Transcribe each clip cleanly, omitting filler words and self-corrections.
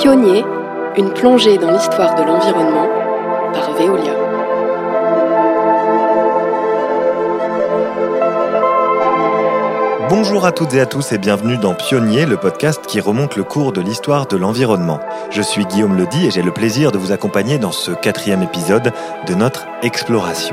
Pionniers, une plongée dans l'histoire de l'environnement par Veolia. Bonjour à toutes et à tous et bienvenue dans Pionniers, le podcast qui remonte le cours de l'histoire de l'environnement. Je suis Guillaume Ledy et j'ai le plaisir de vous accompagner dans ce 4e épisode de notre exploration.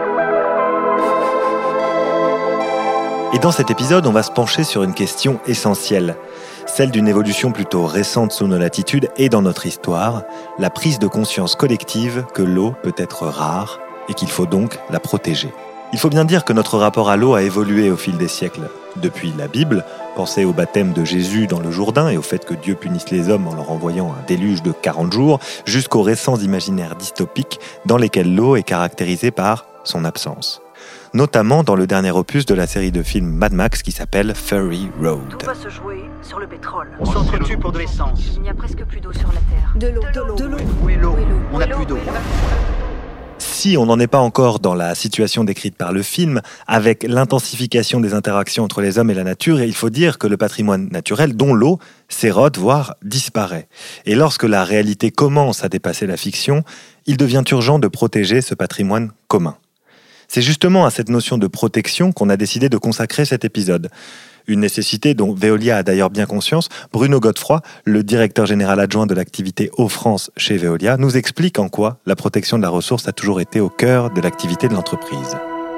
Et dans cet épisode, on va se pencher sur une question essentielle, celle d'une évolution plutôt récente sous nos latitudes et dans notre histoire, la prise de conscience collective que l'eau peut être rare et qu'il faut donc la protéger. Il faut bien dire que notre rapport à l'eau a évolué au fil des siècles. Depuis la Bible, pensez au baptême de Jésus dans le Jourdain et au fait que Dieu punisse les hommes en leur envoyant un déluge de 40 jours, jusqu'aux récents imaginaires dystopiques dans lesquels l'eau est caractérisée par son absence. Notamment dans le dernier opus de la série de films Mad Max qui s'appelle Fury Road. Tout va se jouer sur le pétrole. On s'entretue pour de l'essence. Il n'y a presque plus d'eau sur la Terre. De l'eau. Où est l'eau ? On n'a plus d'eau. Si on n'en est pas encore dans la situation décrite par le film, avec l'intensification des interactions entre les hommes et la nature, il faut dire que le patrimoine naturel, dont l'eau, s'érode, voire disparaît. Et lorsque la réalité commence à dépasser la fiction, il devient urgent de protéger ce patrimoine commun. C'est justement à cette notion de protection qu'on a décidé de consacrer cet épisode. Une nécessité dont Veolia a d'ailleurs bien conscience. Bruno Godefroy, le directeur général adjoint de l'activité Eau-France chez Veolia, nous explique en quoi la protection de la ressource a toujours été au cœur de l'activité de l'entreprise.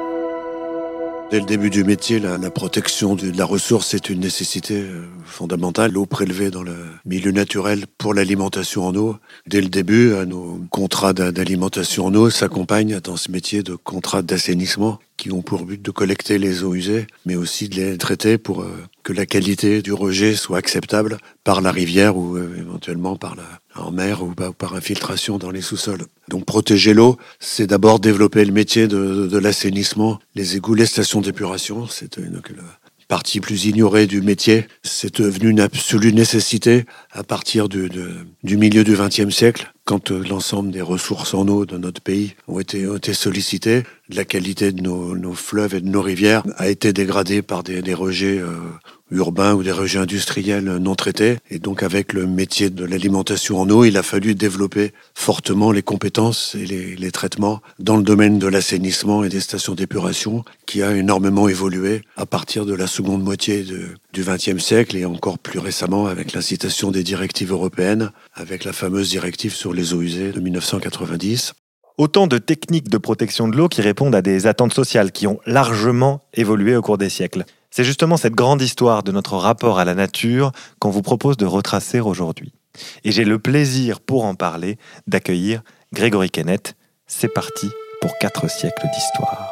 Dès le début du métier, la protection de la ressource est une nécessité fondamentale. L'eau prélevée dans le milieu naturel pour l'alimentation en eau. Dès le début, nos contrats d'alimentation en eau s'accompagnent dans ce métier de contrats d'assainissement qui ont pour but de collecter les eaux usées, mais aussi de les traiter pour que la qualité du rejet soit acceptable par la rivière ou éventuellement en mer ou par infiltration dans les sous-sols. Donc protéger l'eau, c'est d'abord développer le métier de l'assainissement, les égouts, les stations d'épuration. C'est la partie plus ignorée du métier. C'est devenu une absolue nécessité à partir du milieu du XXe siècle, quand l'ensemble des ressources en eau de notre pays ont été sollicitées. La qualité de nos fleuves et de nos rivières a été dégradée par des rejets urbains ou des rejets industriels non traités. Et donc avec le métier de l'alimentation en eau, il a fallu développer fortement les compétences et les traitements dans le domaine de l'assainissement et des stations d'épuration, qui a énormément évolué à partir de la seconde moitié du XXe siècle et encore plus récemment avec l'incitation des directives européennes, avec la fameuse directive sur les eaux usées de 1990. Autant de techniques de protection de l'eau qui répondent à des attentes sociales qui ont largement évolué au cours des siècles. C'est justement cette grande histoire de notre rapport à la nature qu'on vous propose de retracer aujourd'hui. Et j'ai le plaisir, pour en parler, d'accueillir Grégory Kenneth. C'est parti pour 4 siècles d'histoire.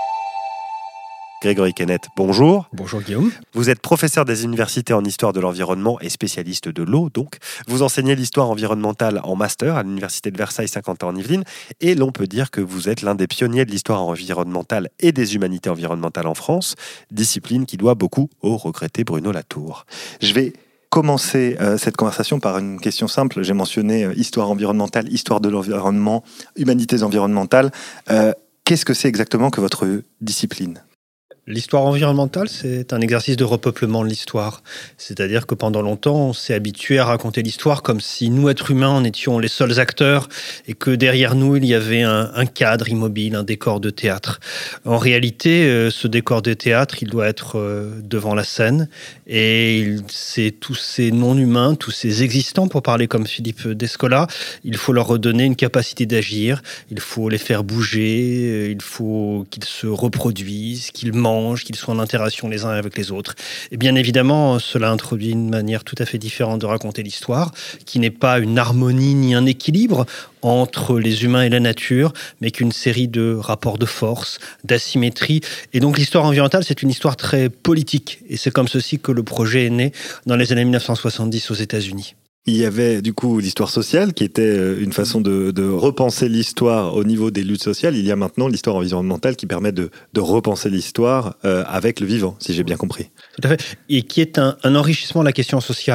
Grégory Kenneth, bonjour. Bonjour Guillaume. Vous êtes professeur des universités en histoire de l'environnement et spécialiste de l'eau, donc. Vous enseignez l'histoire environnementale en master à l'université de Versailles Saint-Quentin en Yvelines. Et l'on peut dire que vous êtes l'un des pionniers de l'histoire environnementale et des humanités environnementales en France, discipline qui doit beaucoup au regretté Bruno Latour. Je vais commencer cette conversation par une question simple. J'ai mentionné histoire environnementale, histoire de l'environnement, humanités environnementales. Qu'est-ce que c'est exactement que votre discipline ? L'histoire environnementale, c'est un exercice de repeuplement de l'histoire. C'est-à-dire que pendant longtemps, on s'est habitué à raconter l'histoire comme si nous, êtres humains, en étions les seuls acteurs et que derrière nous, il y avait un cadre immobile, un décor de théâtre. En réalité, ce décor de théâtre, il doit être devant la scène et c'est tous ces non-humains, tous ces existants, pour parler comme Philippe Descola, il faut leur redonner une capacité d'agir, il faut les faire bouger, il faut qu'ils se reproduisent, qu'ils mangent, qu'ils soient en interaction les uns avec les autres. Et bien évidemment, cela introduit une manière tout à fait différente de raconter l'histoire, qui n'est pas une harmonie ni un équilibre entre les humains et la nature, mais qu'une série de rapports de force, d'asymétrie. Et donc l'histoire environnementale, c'est une histoire très politique. Et c'est comme ceci que le projet est né dans les années 1970 aux États-Unis. Il y avait du coup l'histoire sociale qui était une façon de repenser l'histoire au niveau des luttes sociales. Il y a maintenant l'histoire environnementale qui permet de repenser l'histoire avec le vivant, si j'ai bien compris. Tout à fait. Et qui est un enrichissement de la question sociale.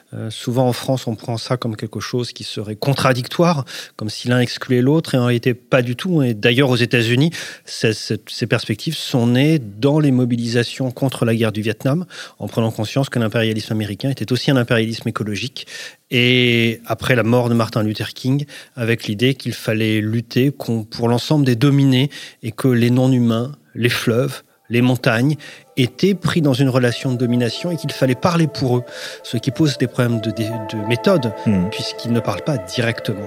Souvent en France, on prend ça comme quelque chose qui serait contradictoire, comme si l'un excluait l'autre, et en réalité pas du tout. Et d'ailleurs aux États-Unis, ces perspectives sont nées dans les mobilisations contre la guerre du Vietnam, en prenant conscience que l'impérialisme américain était aussi un impérialisme écologique. Et après la mort de Martin Luther King, avec l'idée qu'il fallait lutter pour l'ensemble des dominés et que les non-humains, les fleuves, les montagnes étaient pris dans une relation de domination et qu'il fallait parler pour eux, ce qui pose des problèmes de méthode, puisqu'ils ne parlent pas directement.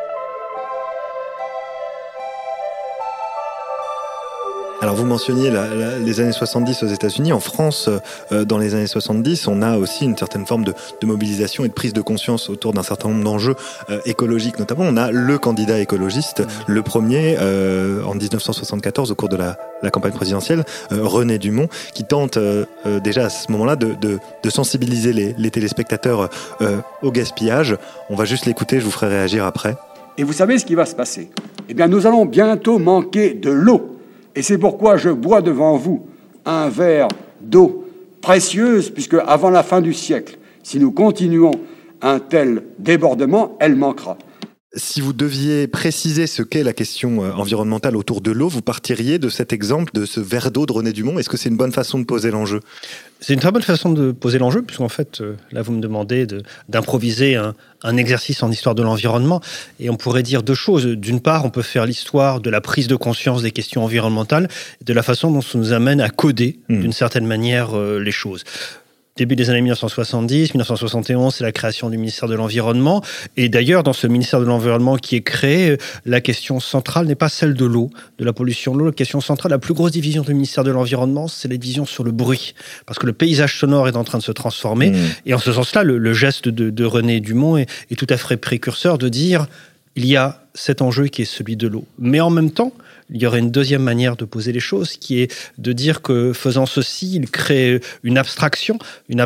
Alors vous mentionniez les années 70 aux États-Unis. En France, dans les années 70, on a aussi une certaine forme de mobilisation et de prise de conscience autour d'un certain nombre d'enjeux écologiques notamment. On a le candidat écologiste, le premier en 1974 au cours de la campagne présidentielle, René Dumont, qui tente déjà à ce moment-là de sensibiliser les téléspectateurs au gaspillage. On va juste l'écouter, je vous ferai réagir après. Et vous savez ce qui va se passer ? Eh bien, nous allons bientôt manquer de l'eau. Et c'est pourquoi je bois devant vous un verre d'eau précieuse, puisque avant la fin du siècle, si nous continuons un tel débordement, elle manquera. Si vous deviez préciser ce qu'est la question environnementale autour de l'eau, vous partiriez de cet exemple, de ce verre d'eau de René Dumont. Est-ce que c'est une bonne façon de poser l'enjeu ? C'est une très bonne façon de poser l'enjeu, puisqu'en fait, là, vous me demandez d'improviser un exercice en histoire de l'environnement. Et on pourrait dire deux choses. D'une part, on peut faire l'histoire de la prise de conscience des questions environnementales, de la façon dont ça nous amène à coder, d'une certaine manière, les choses. Début des années 1970, 1971, c'est la création du ministère de l'Environnement. Et d'ailleurs, dans ce ministère de l'Environnement qui est créé, la question centrale n'est pas celle de l'eau, de la pollution de l'eau. La question centrale, la plus grosse division du ministère de l'Environnement, c'est la division sur le bruit. Parce que le paysage sonore est en train de se transformer. Et en ce sens-là, le geste de René Dumont est tout à fait précurseur de dire il y a cet enjeu qui est celui de l'eau. Mais en même temps, il y aurait une deuxième manière de poser les choses, qui est de dire que faisant ceci, il crée une abstraction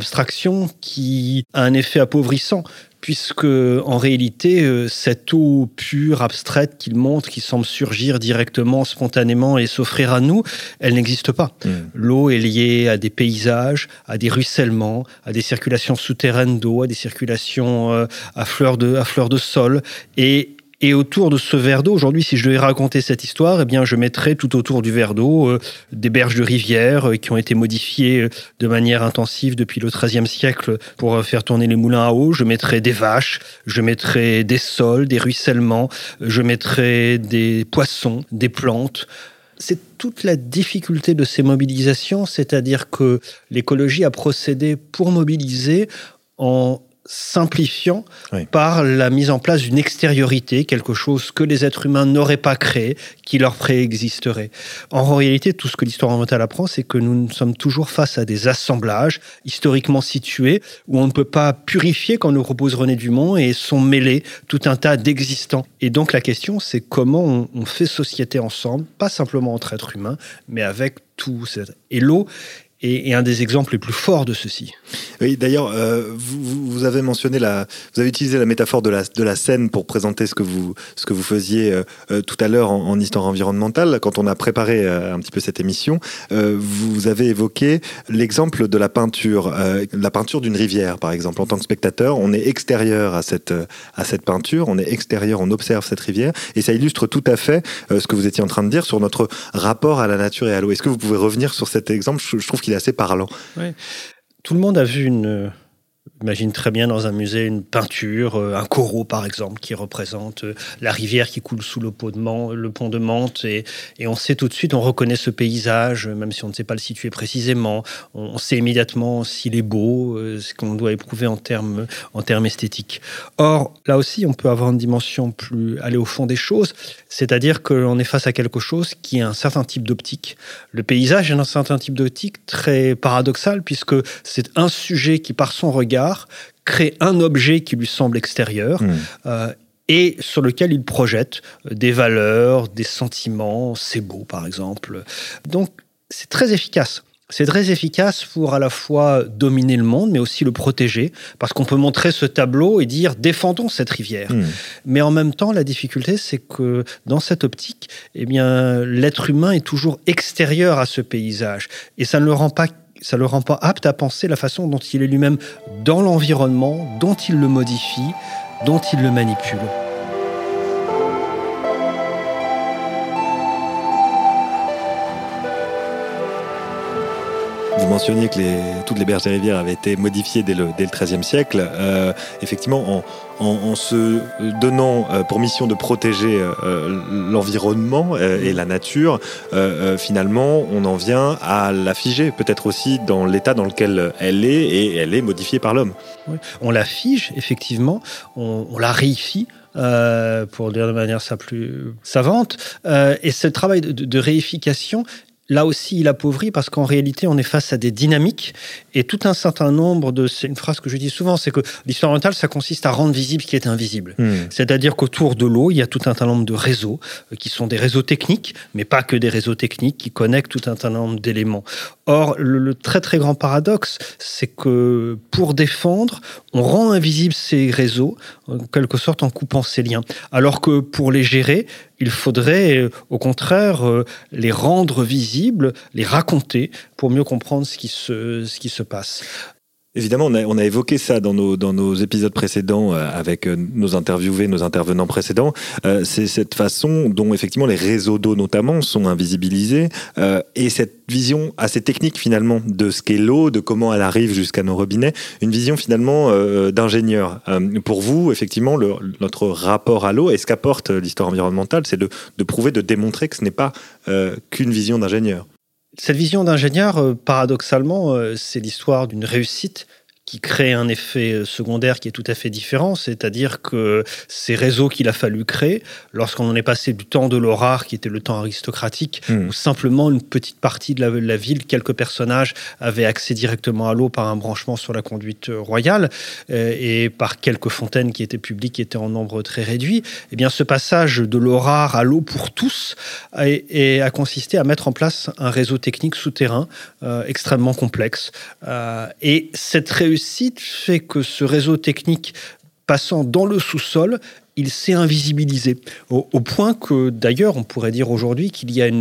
qui a un effet appauvrissant, puisque en réalité, cette eau pure, abstraite qu'il montre, qui semble surgir directement, spontanément et s'offrir à nous, elle n'existe pas. L'eau est liée à des paysages, à des ruissellements, à des circulations souterraines d'eau, à des circulations à fleur de sol, et autour de ce verre d'eau, aujourd'hui, si je devais raconter cette histoire, eh bien, je mettrais tout autour du verre d'eau des berges de rivières qui ont été modifiées de manière intensive depuis le XIIIe siècle pour faire tourner les moulins à eau. Je mettrais des vaches, je mettrais des sols, des ruissellements, je mettrais des poissons, des plantes. C'est toute la difficulté de ces mobilisations, c'est-à-dire que l'écologie a procédé pour mobiliser en simplifiant par la mise en place d'une extériorité, quelque chose que les êtres humains n'auraient pas créé, qui leur préexisterait. En réalité, tout ce que l'histoire environnementale apprend, c'est que nous sommes toujours face à des assemblages historiquement situés où on ne peut pas purifier, quand nous propose René Dumont, et sont mêlés tout un tas d'existants. Et donc la question, c'est comment on fait société ensemble, pas simplement entre êtres humains, mais avec tout. Et l'eau est un des exemples les plus forts de ceci. Oui, d'ailleurs, vous avez mentionné vous avez utilisé la métaphore de la Seine pour présenter ce que vous faisiez tout à l'heure en histoire environnementale. Quand on a préparé un petit peu cette émission, vous avez évoqué l'exemple de la peinture d'une rivière, par exemple. En tant que spectateur, on est extérieur à cette peinture, on est extérieur, on observe cette rivière, et ça illustre tout à fait ce que vous étiez en train de dire sur notre rapport à la nature et à l'eau. Est-ce que vous pouvez revenir sur cet exemple ? Je trouve qu'il est assez parlant. Oui. Tout le monde a vu imagine très bien dans un musée une peinture, un coraux par exemple, qui représente la rivière qui coule sous le pont de Mantes, et on sait tout de suite, on reconnaît ce paysage, même si on ne sait pas le situer précisément. On sait immédiatement s'il est beau, ce qu'on doit éprouver en termes esthétiques. Or, là aussi, on peut avoir une dimension aller au fond des choses, c'est-à-dire qu'on est face à quelque chose qui a un certain type d'optique. Le paysage est un certain type d'optique très paradoxal, puisque c'est un sujet qui, par son regard, crée un objet qui lui semble extérieur et sur lequel il projette des valeurs, des sentiments. C'est beau, par exemple. Donc, c'est très efficace. C'est très efficace pour à la fois dominer le monde, mais aussi le protéger, parce qu'on peut montrer ce tableau et dire « défendons cette rivière ». Mais en même temps, la difficulté, c'est que dans cette optique, eh bien, l'être humain est toujours extérieur à ce paysage. Et ça ne le rend pas ça ne le rend pas apte à penser la façon dont il est lui-même dans l'environnement, dont il le modifie, dont il le manipule. Vous mentionniez que toutes les berges et rivières avaient été modifiées dès le XIIIe siècle. Effectivement, en se donnant pour mission de protéger l'environnement et la nature, finalement, on en vient à la figer, peut-être aussi dans l'état dans lequel elle est, et elle est modifiée par l'homme. Oui. On la fige, effectivement, on la réifie. Pour dire de manière plus savante. Et ce travail de réification, là aussi, il appauvrit parce qu'en réalité, on est face à des dynamiques et tout un certain nombre de... C'est une phrase que je dis souvent, c'est que l'histoire environnementale, ça consiste à rendre visible ce qui est invisible. C'est-à-dire qu'autour de l'eau, il y a tout un tas nombre de réseaux qui sont des réseaux techniques, mais pas que des réseaux techniques qui connectent tout un tas nombre d'éléments. Or, le très très grand paradoxe, c'est que pour défendre, on rend invisibles ces réseaux, en quelque sorte en coupant ces liens. Alors que pour les gérer, il faudrait au contraire les rendre visibles, les raconter pour mieux comprendre ce qui se passe. Évidemment, on a évoqué ça dans nos épisodes précédents avec nos interviewés, nos intervenants précédents. C'est cette façon dont effectivement les réseaux d'eau notamment sont invisibilisés et cette vision assez technique finalement de ce qu'est l'eau, de comment elle arrive jusqu'à nos robinets, une vision finalement d'ingénieur. Pour vous, effectivement, notre rapport à l'eau et ce qu'apporte l'histoire environnementale, c'est de prouver, de démontrer que ce n'est pas qu'une vision d'ingénieur. Cette vision d'ingénieur, paradoxalement, c'est l'histoire d'une réussite qui crée un effet secondaire qui est tout à fait différent, c'est-à-dire que ces réseaux qu'il a fallu créer, lorsqu'on en est passé du temps de l'eau rare, qui était le temps aristocratique, où simplement une petite partie de la ville, quelques personnages avaient accès directement à l'eau par un branchement sur la conduite royale, et par quelques fontaines qui étaient publiques, qui étaient en nombre très réduit, eh bien ce passage de l'eau rare à l'eau pour tous a consisté à mettre en place un réseau technique souterrain extrêmement complexe. Et cette réussite fait que ce réseau technique passant dans le sous-sol, il s'est invisibilisé. Au point que, d'ailleurs, on pourrait dire aujourd'hui qu'il y a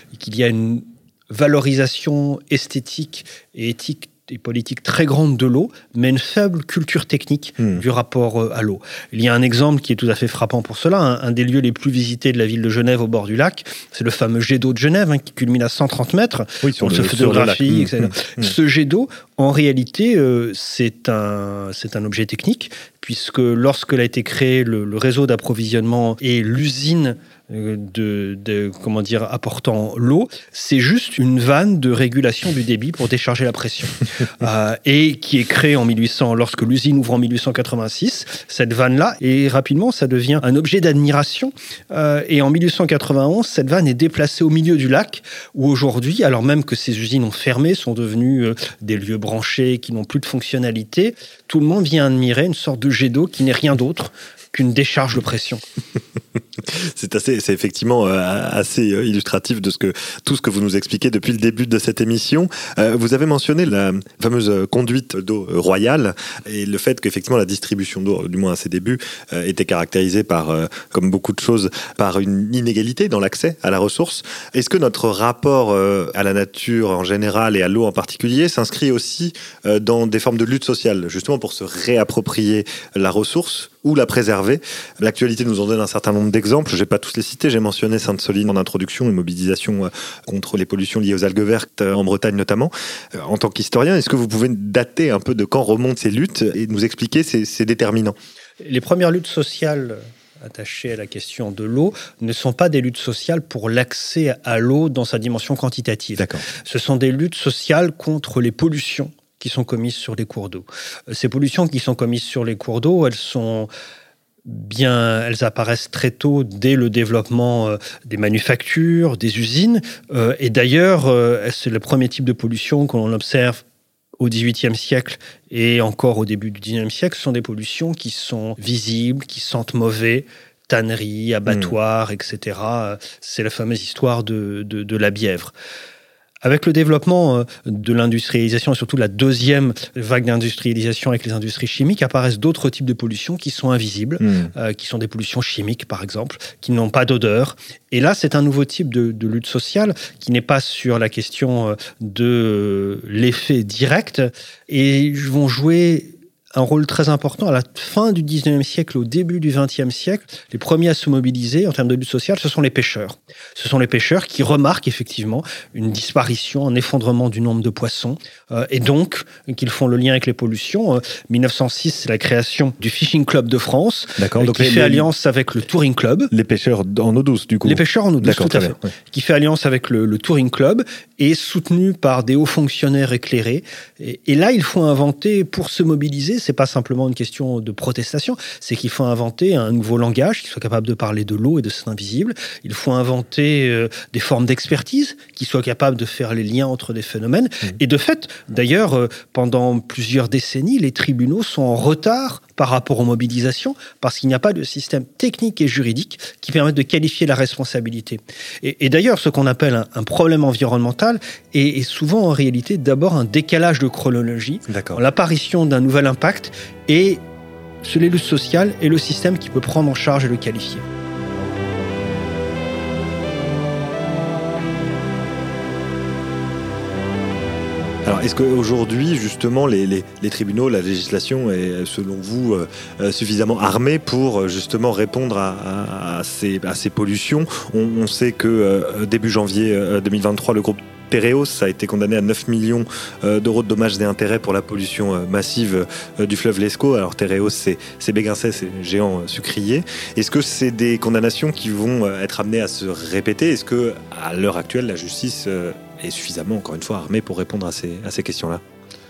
une valorisation esthétique et éthique et politique très grande de l'eau, mais une faible culture technique du rapport à l'eau. Il y a un exemple qui est tout à fait frappant pour cela. Un des lieux les plus visités de la ville de Genève au bord du lac, c'est le fameux jet d'eau de Genève, qui culmine à 130 mètres. Oui, on se photographie, etc. Ce jet d'eau, en réalité, c'est un objet technique, puisque lorsqu'il a été créé, le réseau d'approvisionnement et l'usine apportant l'eau, c'est juste une vanne de régulation du débit pour décharger la pression. Et qui est créée en 1800, lorsque l'usine ouvre en 1886, cette vanne-là, et rapidement, ça devient un objet d'admiration. Et en 1891, cette vanne est déplacée au milieu du lac, où aujourd'hui, alors même que ces usines ont fermé, sont devenues des lieux branchés qui n'ont plus de fonctionnalité, tout le monde vient admirer une sorte de jet d'eau qui n'est rien d'autre qu'une décharge de pression. C'est effectivement assez illustratif de tout ce que vous nous expliquez depuis le début de cette émission. Vous avez mentionné la fameuse conduite d'eau royale et le fait qu'effectivement la distribution d'eau, du moins à ses débuts, était caractérisée par, comme beaucoup de choses, par une inégalité dans l'accès à la ressource. Est-ce que notre rapport à la nature en général et à l'eau en particulier s'inscrit aussi dans des formes de lutte sociale, justement pour se réapproprier la ressource ou la préserver? L'actualité nous en donne un certain nombre d'exemples. Je ne vais pas tous les citer. J'ai mentionné Sainte-Soline en introduction, une mobilisation contre les pollutions liées aux algues vertes en Bretagne notamment. En tant qu'historien, est-ce que vous pouvez dater un peu de quand remontent ces luttes et nous expliquer ces déterminants? Les premières luttes sociales attachées à la question de l'eau ne sont pas des luttes sociales pour l'accès à l'eau dans sa dimension quantitative. D'accord. Ce sont des luttes sociales contre les pollutions qui sont commises sur les cours d'eau. Ces pollutions qui sont commises sur les cours d'eau, elles apparaissent très tôt dès le développement des manufactures, des usines. Et d'ailleurs, c'est le premier type de pollution que l'on observe au XVIIIe siècle et encore au début du XIXe siècle. Ce sont des pollutions qui sont visibles, qui sentent mauvais, tanneries, abattoirs, etc. C'est la fameuse histoire de la Bièvre. Avec le développement de l'industrialisation et surtout la deuxième vague d'industrialisation avec les industries chimiques, apparaissent d'autres types de pollutions qui sont invisibles, qui sont des pollutions chimiques par exemple, qui n'ont pas d'odeur. Et là, c'est un nouveau type de lutte sociale qui n'est pas sur la question de l'effet direct et vont jouer un rôle très important. À la fin du 19e siècle, au début du 20e siècle, les premiers à se mobiliser en termes de lutte sociale, ce sont les pêcheurs. Ce sont les pêcheurs qui remarquent effectivement une disparition, un effondrement du nombre de poissons, et donc qu'ils font le lien avec les pollutions. 1906, c'est la création du Fishing Club de France, donc qui fait alliance avec le Touring Club. Les pêcheurs en eau douce, du coup. Les pêcheurs en eau douce, tout à fait. Ouais. Qui fait alliance avec le Touring Club et soutenu par des hauts fonctionnaires éclairés. Et là, il faut inventer, pour se mobiliser, c'est pas simplement une question de protestation, c'est qu'il faut inventer un nouveau langage qui soit capable de parler de l'eau et de cet invisible. Il faut inventer des formes d'expertise qui soient capables de faire les liens entre des phénomènes. Et de fait, d'ailleurs, pendant plusieurs décennies, les tribunaux sont en retard par rapport aux mobilisations parce qu'il n'y a pas de système technique et juridique qui permette de qualifier la responsabilité. Et d'ailleurs, ce qu'on appelle un problème environnemental est souvent en réalité d'abord un décalage de chronologie, l'apparition d'un nouvel impact et sur les luttes sociales et le système qui peut prendre en charge et le qualifier. Alors, est-ce qu'aujourd'hui, justement, les tribunaux, la législation est, selon vous, suffisamment armée pour, justement, répondre à ces pollutions ? On sait que début janvier 2023, le groupe Tereos a été condamné à 9 millions d'euros de dommages et intérêts pour la pollution massive du fleuve Lescaut. Alors Tereos, c'est Béguincet, c'est un géant sucrier. Est-ce que c'est des condamnations qui vont être amenées à se répéter ? Est-ce que, à l'heure actuelle, la justice est suffisamment, encore une fois, armée pour répondre à ces questions-là ?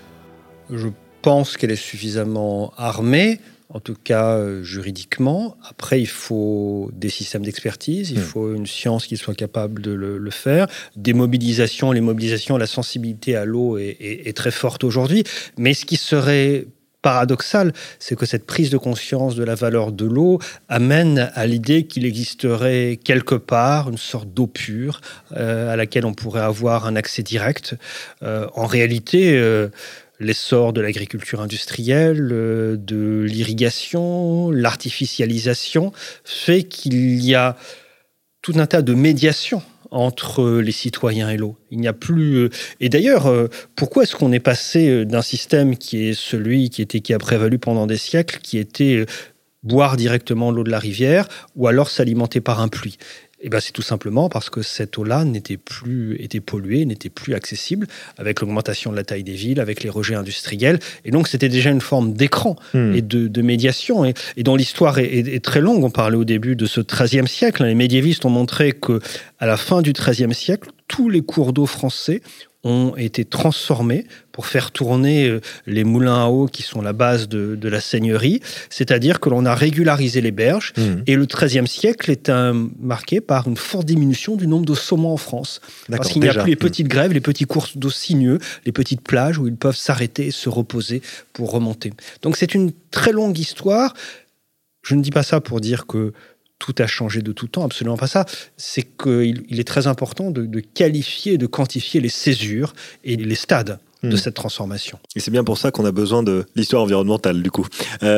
Je pense qu'elle est suffisamment armée. En tout cas, juridiquement. Après, il faut des systèmes d'expertise, il faut une science qui soit capable de le faire. Les mobilisations, la sensibilité à l'eau est très forte aujourd'hui. Mais ce qui serait paradoxal, c'est que cette prise de conscience de la valeur de l'eau amène à l'idée qu'il existerait quelque part une sorte d'eau pure à laquelle on pourrait avoir un accès direct. En réalité, l'essor de l'agriculture industrielle, de l'irrigation, l'artificialisation, fait qu'il y a tout un tas de médiations entre les citoyens et l'eau. Il n'y a plus... Et d'ailleurs, pourquoi est-ce qu'on est passé d'un système qui est celui qui a prévalu pendant des siècles, qui était boire directement l'eau de la rivière ou alors s'alimenter par un puits ? Eh bien, c'est tout simplement parce que cette eau-là était polluée, n'était plus accessible avec l'augmentation de la taille des villes, avec les rejets industriels. Et donc, c'était déjà une forme d'écran et de médiation. Et dont l'histoire est très longue. On parlait au début de ce XIIIe siècle. Les médiévistes ont montré qu'à la fin du XIIIe siècle, tous les cours d'eau français ont été transformés pour faire tourner les moulins à eau qui sont la base de la seigneurie. C'est-à-dire que l'on a régularisé les berges. Et le XIIIe siècle est marqué par une forte diminution du nombre de saumons en France. Parce qu'il n'y a plus les petites grèves, les petits cours d'eau sinueux, les petites plages où ils peuvent s'arrêter et se reposer pour remonter. Donc c'est une très longue histoire. Je ne dis pas ça pour dire que tout a changé de tout temps, absolument pas ça. C'est qu'il est très important de qualifier, de quantifier les césures et les stades de cette transformation. Et c'est bien pour ça qu'on a besoin de l'histoire environnementale, du coup.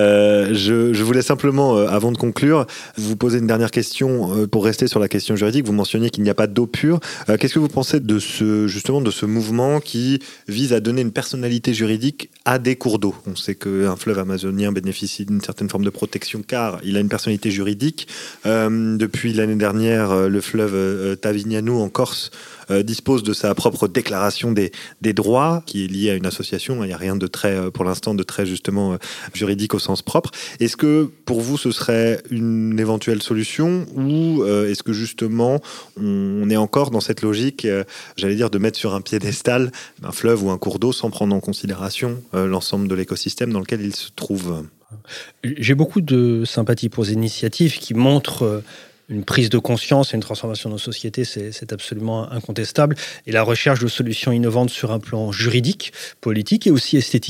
Je voulais simplement, avant de conclure, vous poser une dernière question pour rester sur la question juridique. Vous mentionniez qu'il n'y a pas d'eau pure. Qu'est-ce que vous pensez de ce mouvement qui vise à donner une personnalité juridique à des cours d'eau ? On sait qu'un fleuve amazonien bénéficie d'une certaine forme de protection car il a une personnalité juridique. Depuis l'année dernière, le fleuve Tavignano en Corse dispose de sa propre déclaration des droits qui est liée à une association. Il n'y a rien de très, pour l'instant, de très justement juridique au sens propre. Est-ce que pour vous ce serait une éventuelle solution ou est-ce que justement on est encore dans cette logique, j'allais dire, de mettre sur un piédestal un fleuve ou un cours d'eau sans prendre en considération l'ensemble de l'écosystème dans lequel il se trouve ? J'ai beaucoup de sympathie pour ces initiatives qui montrent une prise de conscience et une transformation de nos sociétés, c'est absolument incontestable. Et la recherche de solutions innovantes sur un plan juridique, politique et aussi esthétique.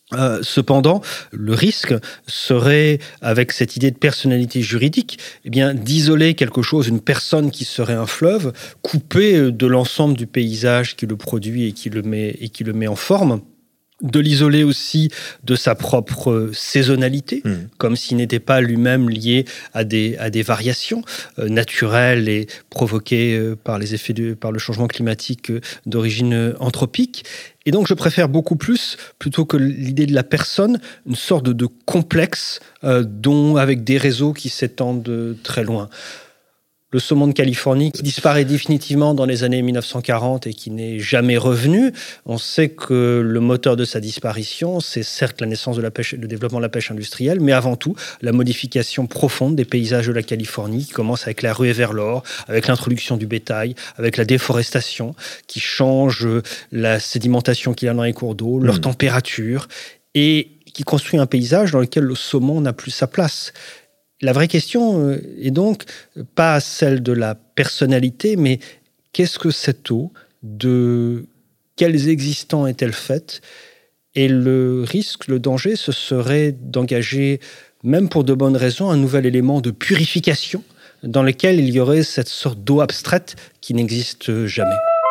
Cependant, le risque serait, avec cette idée de personnalité juridique, d'isoler quelque chose, une personne qui serait un fleuve, coupé de l'ensemble du paysage qui le produit et qui le met en forme. De l'isoler aussi de sa propre saisonnalité, comme s'il n'était pas lui-même lié à des variations naturelles et provoquées par les effets par le changement climatique d'origine anthropique. Et donc, je préfère beaucoup plus, plutôt que l'idée de la personne, une sorte de complexe avec des réseaux qui s'étendent très loin. Le saumon de Californie qui disparaît définitivement dans les années 1940 et qui n'est jamais revenu. On sait que le moteur de sa disparition, c'est certes la naissance de la pêche, le développement de la pêche industrielle, mais avant tout la modification profonde des paysages de la Californie qui commence avec la ruée vers l'or, avec l'introduction du bétail, avec la déforestation qui change la sédimentation qu'il y a dans les cours d'eau, leur température, et qui construit un paysage dans lequel le saumon n'a plus sa place. La vraie question est donc pas celle de la personnalité, mais qu'est-ce que cette eau, de quels existants est-elle faite ? Et le risque, le danger, ce serait d'engager, même pour de bonnes raisons, un nouvel élément de purification dans lequel il y aurait cette sorte d'eau abstraite qui n'existe jamais.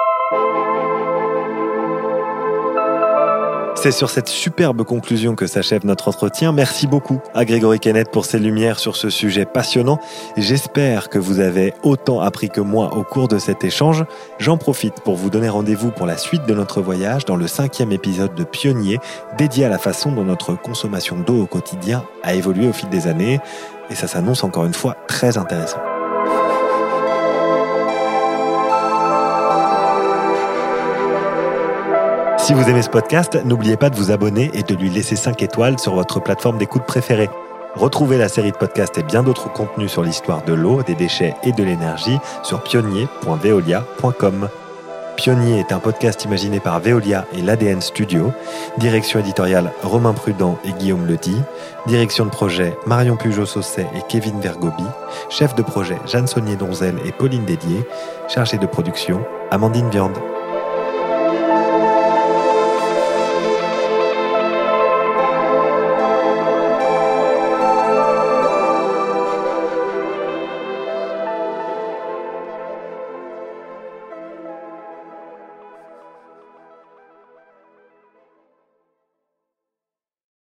C'est sur cette superbe conclusion que s'achève notre entretien. Merci beaucoup à Grégory Kenneth pour ses lumières sur ce sujet passionnant. J'espère que vous avez autant appris que moi au cours de cet échange. J'en profite pour vous donner rendez-vous pour la suite de notre voyage dans le 5e épisode de Pionnier, dédié à la façon dont notre consommation d'eau au quotidien a évolué au fil des années. Et ça s'annonce encore une fois très intéressant. Si vous aimez ce podcast, n'oubliez pas de vous abonner et de lui laisser 5 étoiles sur votre plateforme d'écoute préférée. Retrouvez la série de podcasts et bien d'autres contenus sur l'histoire de l'eau, des déchets et de l'énergie sur pionnier.veolia.com. Pionnier est un podcast imaginé par Veolia et l'ADN Studio. Direction éditoriale Romain Prudent et Guillaume Ledy. Direction de projet Marion Pujol-Sausset et Kevin Vergobi. Chef de projet Jeanne Saunier-Donzel et Pauline Dédier. Chargée de production Amandine Viande.